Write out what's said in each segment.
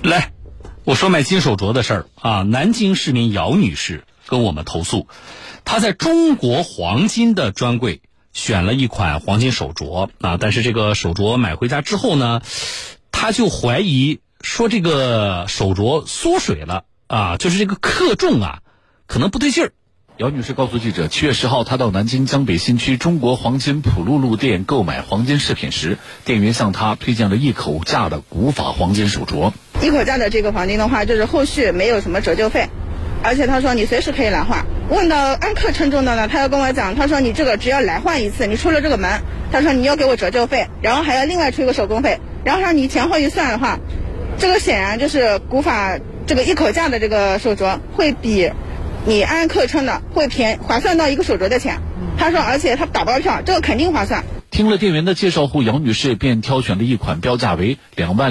来，我说买金手镯的事儿啊，南京市民姚女士跟我们投诉，她在中国黄金的专柜选了一款黄金手镯啊，但是这个手镯买回家之后呢，她就怀疑说这个手镯缩水了啊，就是这个克重啊，可能不对劲儿。 姚女士告诉记者，7月10号，她到南京江北新区中国黄金普路路店购买黄金饰品时，店员向她推荐了一口价的古法黄金手镯。 一口价的这个黄金的话，就是后续没有什么折旧费，而且他说你随时可以来换。问到按克称重的呢，他要跟我讲，他说你这个只要来换一次，你出了这个门，他说你要给我折旧费，然后还要另外出一个手工费，然后让你前后一算的话，这个显然就是古法这个一口价的这个手镯会比你按克称的会划算到一个手镯的钱。他说而且他打包票，这个肯定划算。 听了店员的介绍后，姚女士便挑选了一款标价为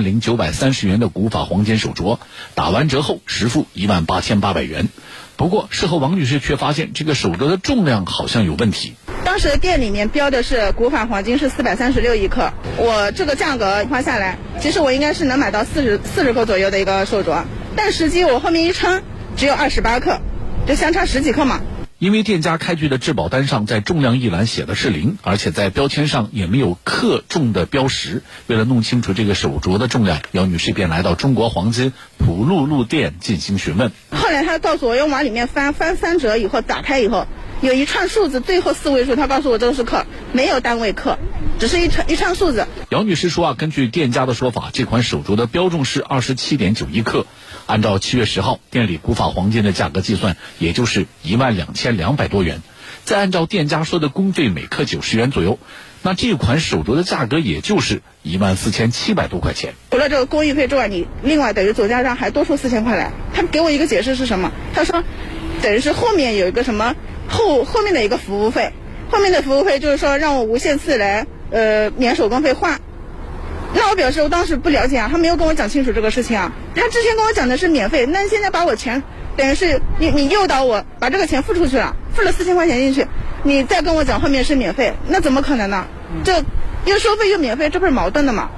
20930元的古法黄金手镯，打完折后实付18800元。不过事后王女士却发现这个手镯的重量好像有问题。 当时店里面标的是古法黄金是436一克，我这个价格花下来，其实我应该是能买到40克左右的一个手镯，但实际我后面一称只有28克，就相差10几克嘛。 因为店家开具的质保单上在重量一栏写的是0，而且在标签上也没有克重的标识。为了弄清楚这个手镯的重量，姚女士便来到中国黄金普路路店进行询问。 后来他告诉我，要往里面翻3折以后，打开以后有一串数字，最后4位数，他告诉我这个是克，没有单位克，只是一串数字。 姚女士说啊，根据店家的说法，这款手镯的标重是27.91克，按照7月10号店里古法黄金的价格计算，也就是12200多元，再按照店家说的工费每克90元左右，那这款手镯的价格也就是14700多块钱。 除了这个工艺费之外，你另外等于总价上还多出4000块来。他给我一个解释是什么？他说等于是后面有一个什么后面的一个服务费，后面的服务费就是说让我无限次来免手工费换。那我表示我当时不了解啊，他没有跟我讲清楚这个事情啊。他之前跟我讲的是免费，那现在把我钱等于是你诱导我把这个钱付出去了，付了4000块钱进去，你再跟我讲后面是免费，那怎么可能呢？这又收费又免费，这不是矛盾的吗？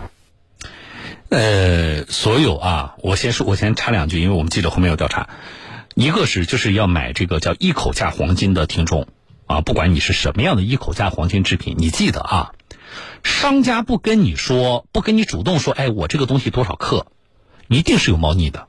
所有啊，我先插两句，因为我们记者后面有调查。一个是就是要买这个叫一口价黄金的听众啊，不管你是什么样的一口价黄金制品，你记得啊，商家不跟你说，不跟你主动说，哎，我这个东西多少克，一定是有猫腻的。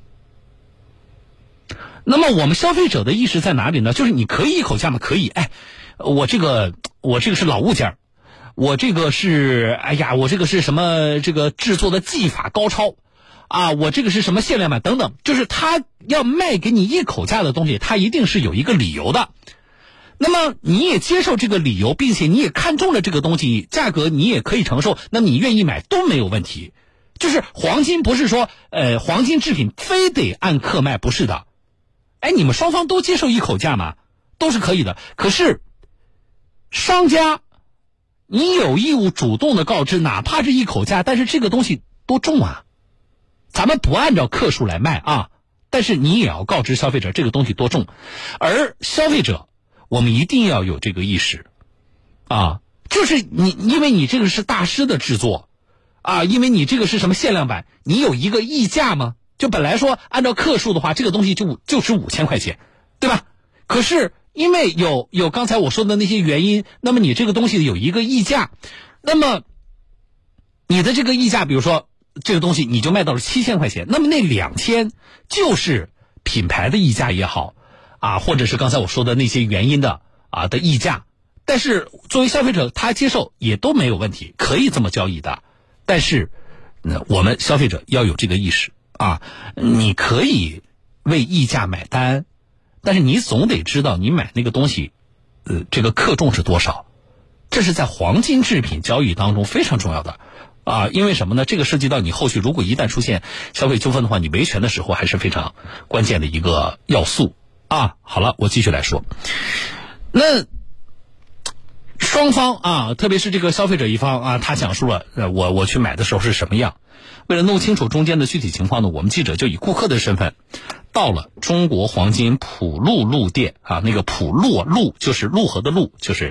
那么我们消费者的意识在哪里呢？就是你可以一口价吗？可以，哎，我这个是老物件，我这个是，哎呀，我这个是什么？这个制作的技法高超啊，我这个是什么限量版等等，就是他要卖给你一口价的东西，他一定是有一个理由的。那么你也接受这个理由，并且你也看中了这个东西，价格你也可以承受，那你愿意买都没有问题。就是黄金不是说黄金制品非得按克卖，不是的。哎，你们双方都接受一口价嘛，都是可以的。可是商家你有义务主动的告知，哪怕是一口价，但是这个东西多重啊，咱们不按照克数来卖啊，但是你也要告知消费者这个东西多重。而消费者我们一定要有这个意识啊，就是你因为你这个是大师的制作啊，因为你这个是什么限量版，你有一个溢价吗？就本来说按照克数的话，这个东西就值5000块钱，对吧？可是因为有刚才我说的那些原因，那么你这个东西有一个溢价，那么你的这个溢价，比如说这个东西你就卖到了7000块钱，那么那2000就是品牌的溢价也好啊，或者是刚才我说的那些原因的的溢价，但是作为消费者他接受也都没有问题，可以这么交易的。但是我们消费者要有这个意识啊，你可以为溢价买单，但是你总得知道你买那个东西这个克重是多少，这是在黄金制品交易当中非常重要的啊。因为什么呢？这个涉及到你后续如果一旦出现消费纠纷的话，你维权的时候还是非常关键的一个要素啊。好了，我继续来说。那双方啊，特别是这个消费者一方啊，他讲述了我去买的时候是什么样。为了弄清楚中间的具体情况呢，我们记者就以顾客的身份到了中国黄金普路路店啊，那个普路就是陆河的路，就是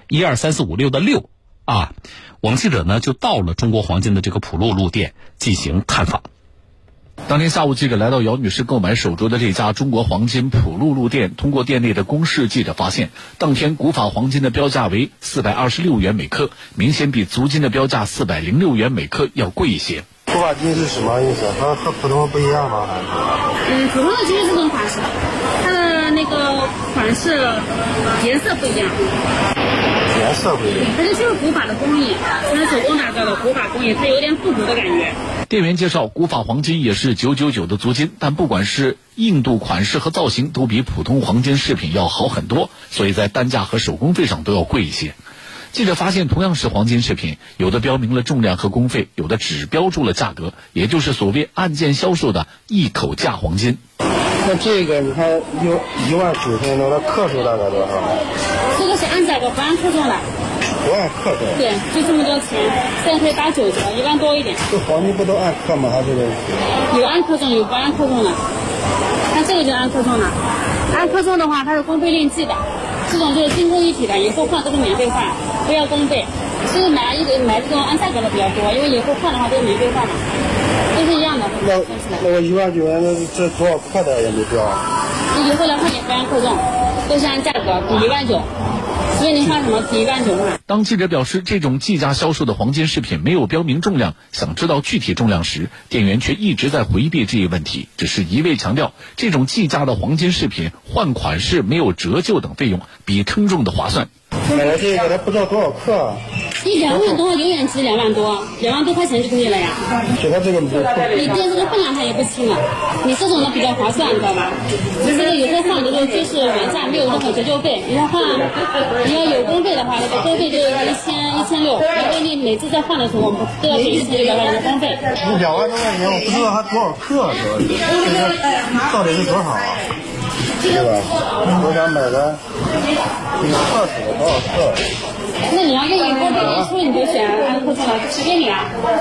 12345的6啊。我们记者呢就到了中国黄金的这个普路路店进行探访。 当天下午，记者来到姚女士购买手镯的这家中国黄金普路路店，通过店内的公示，记者发现，当天古法黄金的标价为426元每克，明显比足金的标价406元每克要贵一些。 古法金是什么意思？它和普通的不一样吗？ 普通的就是这种款式，它的那个款式颜色不一样。 颜色不一样， 它就是古法的工艺，它是手工打造的古法工艺，它有点复古的感觉。 店员介绍，古法黄金也是999的足金，但不管是硬度、款式和造型，都比普通黄金饰品要好很多，所以在单价和手工费上都要贵一些。记者发现，同样是黄金饰品，有的标明了重量和工费，有的只标注了价格，也就是所谓按件销售的一口价黄金。 那这个你看有19000多，它克数大概多少？ 这个是按价格，不按克重的。 不按克重？ 对，就这么多钱，现在可以打9折，1万多一点。 这黄金不都按克吗？它这个有按克重，有不按克重的。它这个就按克重的，按克重的话，它是工费另计的。这种就是金工一体的，以后换都是免费换，不要工费。其实买这种按价格的比较多，因为以后换的话都是免费换嘛，都是一样的。 那我19000这多少克的也没标啊？ 以后来换也不按克重，都是按价格，抵19000。所以您换什么抵19000嘛？ 当记者表示这种计价销售的黄金饰品没有标明重量，想知道具体重量时，店员却一直在回避这一问题，只是一味强调这种计价的黄金饰品换款式没有折旧等费用，比称重的划算。 买了这个，它不知道多少克啊？ 一2万多，永远值2万多，2万多块钱就可以了呀。 就它这个你掂这个分量它也不轻了，你这种的比较划算，你知道吧？你这个有时候换的时候就是原价，没有任何折旧费。你要换，你要有工费的话，那个工费就是1600，然后你每次在换的时候，我们都要给1600块钱的工费。 2万多块钱，我不知道它多少克，这个到底是多少啊？对吧？我想买个这个克数多少克？ 那你要愿意工费一出你就选按克重了，随便你啊。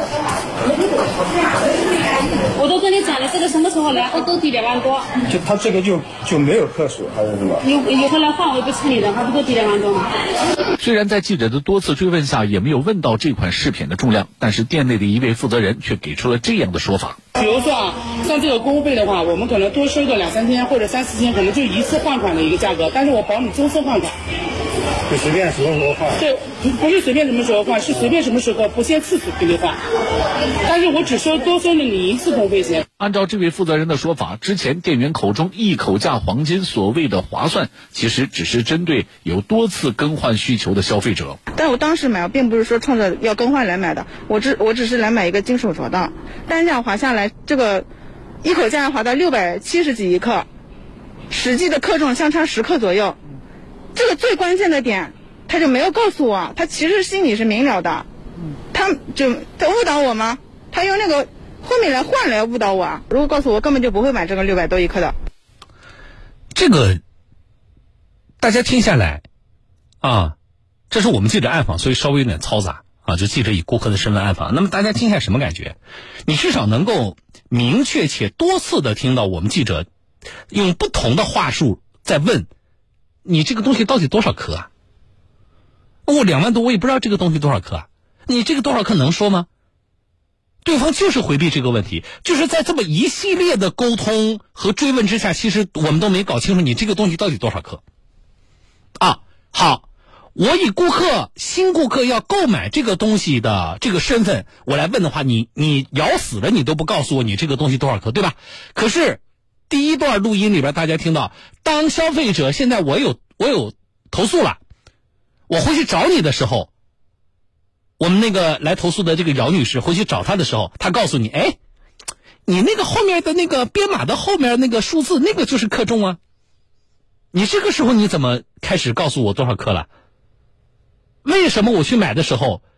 我都跟你讲了，这个什么时候来都抵2万多。 就它这个就没有克数还是什么？ 以后来换我也不清理的，还不都抵2万多吗？ 虽然在记者的多次追问下也没有问到这款饰品的重量，但是店内的一位负责人却给出了这样的说法。 比如说啊，像这个工费的话，我们可能多收个2-3天或者3-4天，可能就一次换款的一个价格，但是我保你终身换款。 就随便什么时候换？ 对，不是随便什么时候换，是随便什么时候不限次数给你换，但是我只多收了你一次工费钱。 按照这位负责人的说法，之前店员口中一口价黄金所谓的划算，其实只是针对有多次更换需求的消费者。 但我当时买，并不是说冲着要更换来买的，我只是来买一个金手镯的，单价划下来，这个一口价划到670几一克，实际的克重相差10克左右。这个最关键的点，他就没有告诉我，他其实心里是明了的，他误导我吗？他用那个后面来换来误导我啊！如果告诉我，根本就不会买这个600多一克的。 这个大家听下来啊，这是我们记者暗访，所以稍微有点嘈杂啊，就记者以顾客的身份暗访。那么大家听下什么感觉？你至少能够明确且多次的听到我们记者用不同的话术在问你这个东西到底多少克啊？我2万多，我也不知道这个东西多少克啊？你这个多少克能说吗？对方就是回避这个问题，就是在这么一系列的沟通和追问之下，其实我们都没搞清楚你这个东西到底多少克啊。好，我以新顾客要购买这个东西的这个身份，我来问的话，你咬死了你都不告诉我你这个东西多少克，对吧？可是第一段录音里边大家听到，当消费者现在我有投诉了，我回去找你的时候，我们那个来投诉的这个姚女士回去找她的时候，她告诉你，哎，你那个后面的那个编码的后面那个数字，那个就是克重啊。你这个时候你怎么开始告诉我多少克了？为什么我去买的时候，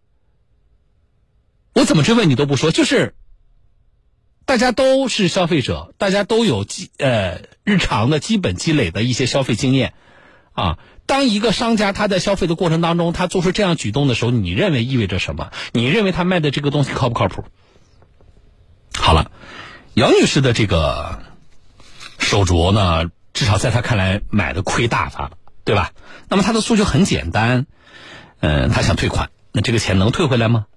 我怎么追问你都不说？就是大家都是消费者，大家都有日常的基本积累的一些消费经验啊。当一个商家他在消费的过程当中，他做出这样举动的时候，你认为意味着什么？你认为他卖的这个东西靠不靠谱？好了，姚女士的这个手镯呢，至少在她看来买的亏大发了，对吧？那么她的诉求很简单，她想退款，那这个钱能退回来吗？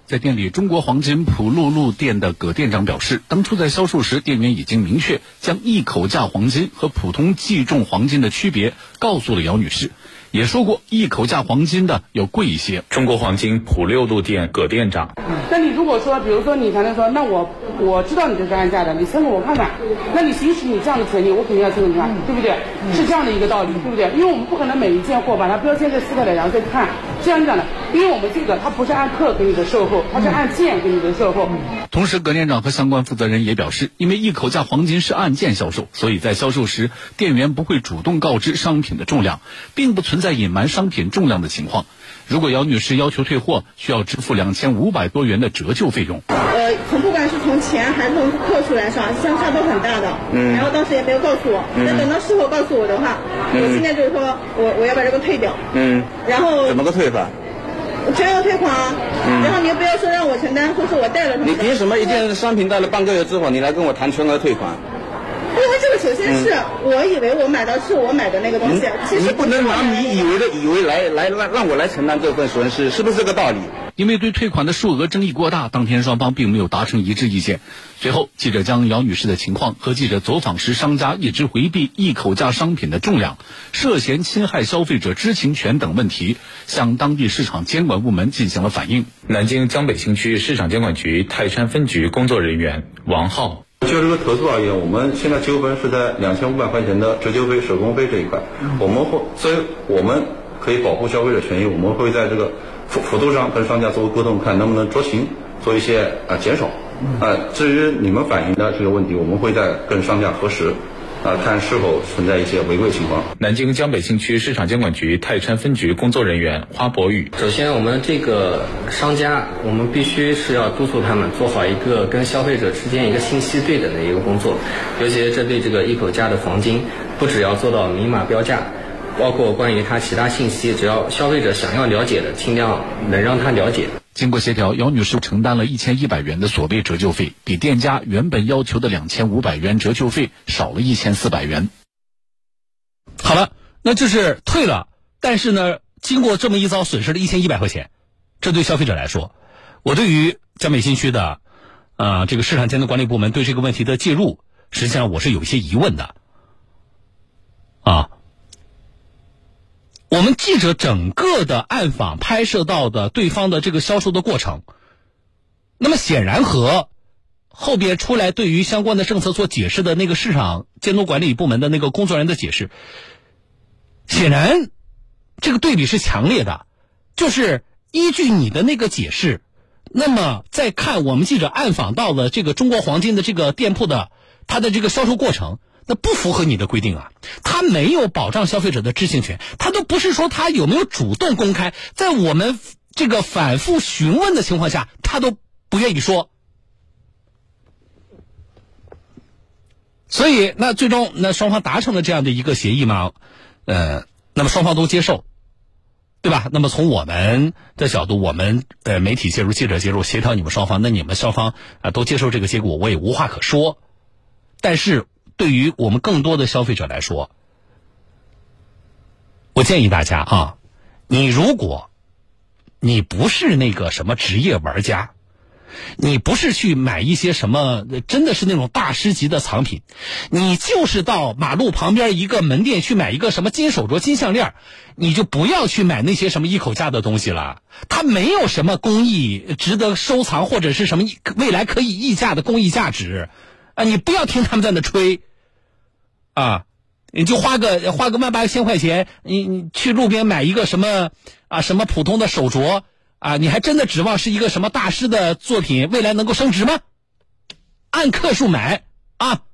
在店里中国黄金普路路店的葛店长表示，当初在销售时，店员已经明确将一口价黄金和普通计重黄金的区别告诉了姚女士，也说过一口价黄金的要贵一些。 中国黄金普六路店葛店长， 那你如果说，比如说你才能说，那我知道你这是按价的，你称给我看看，那你行使你这样的权利，我肯定要称给你看，对不对？是这样的一个道理，对不对？因为我们不可能每一件货把它标签在4块2然后再看，这样讲的，因为我们这个它不是按克给你的售后，它是按件给你的售后。 同时，葛店长和相关负责人也表示，因为一口价黄金是按件销售，所以在销售时，店员不会主动告知商品的重量，并不存在隐瞒商品重量的情况。如果姚女士要求退货，需要支付2500多元的折旧费用。 从不管是从钱还是从克数来上，相差都很大的。然后当时也没有告诉我，那等到事后告诉我的话，我现在就是说我要把这个退掉。然后怎么个退法？ 全额退款啊。然后你又不要说让我承担，说是我带了什么的。 你凭什么一件商品带了半个月之后，你来跟我谈全额退款？ 因为这个首先是我以为我买到是我买的那个东西，其实你不能拿你以为来让我来承担这份损失，是不是这个道理？ 因为对退款的数额争议过大，当天双方并没有达成一致意见。随后，记者将姚女士的情况和记者走访时商家一直回避一口价商品的重量、涉嫌侵害消费者知情权等问题，向当地市场监管部门进行了反映。 南京江北新区市场监管局泰山分局工作人员王浩。 就这个投诉而言，我们现在纠纷是在2500块钱的折旧费、手工费这一块，所以我们可以保护消费者权益，我们会在这个幅度上跟商家做沟通，看能不能酌情做一些减少。至于你们反映的这个问题，我们会再跟商家核实。看是否存在一些违规情况。 南京江北新区市场监管局泰山分局工作人员花博宇。 首先，我们这个商家，我们必须是要督促他们做好一个跟消费者之间一个信息对等的一个工作，尤其是针对这个一口价的黄金，不只要做到明码标价，包括关于它其他信息，只要消费者想要了解的，尽量能让他了解。 经过协调，姚女士承担了1100元的所谓折旧费，比店家原本要求的2500元折旧费少了1400元。 好了，那就是退了，但是呢，经过这么一遭，损失了1100块钱，这对消费者来说，我对于江北新区的这个市场监督管理部门对这个问题的介入，实际上我是有一些疑问的我们记者整个的暗访拍摄到的对方的这个销售的过程，那么显然和后边出来对于相关的政策做解释的那个市场监督管理部门的那个工作人员的解释，显然这个对比是强烈的。就是依据你的那个解释，那么再看我们记者暗访到的这个中国黄金的这个店铺的它的这个销售过程，那不符合你的规定啊，他没有保障消费者的知情权，他都不是说他有没有主动公开，在我们这个反复询问的情况下，他都不愿意说。所以那最终那双方达成了这样的一个协议嘛，那么双方都接受，对吧？那么从我们的角度，我们媒体介入、记者介入，协调你们双方，那你们双方都接受这个结果，我也无话可说。但是对于我们更多的消费者来说，我建议大家你如果你不是那个什么职业玩家，你不是去买一些什么真的是那种大师级的藏品，你就是到马路旁边一个门店去买一个什么金手镯、金项链，你就不要去买那些什么一口价的东西了，它没有什么工艺值得收藏或者是什么未来可以溢价的工艺价值你不要听他们在那吹你就花个18000块钱，你去路边买一个什么什么普通的手镯你还真的指望是一个什么大师的作品未来能够升值吗？按克数买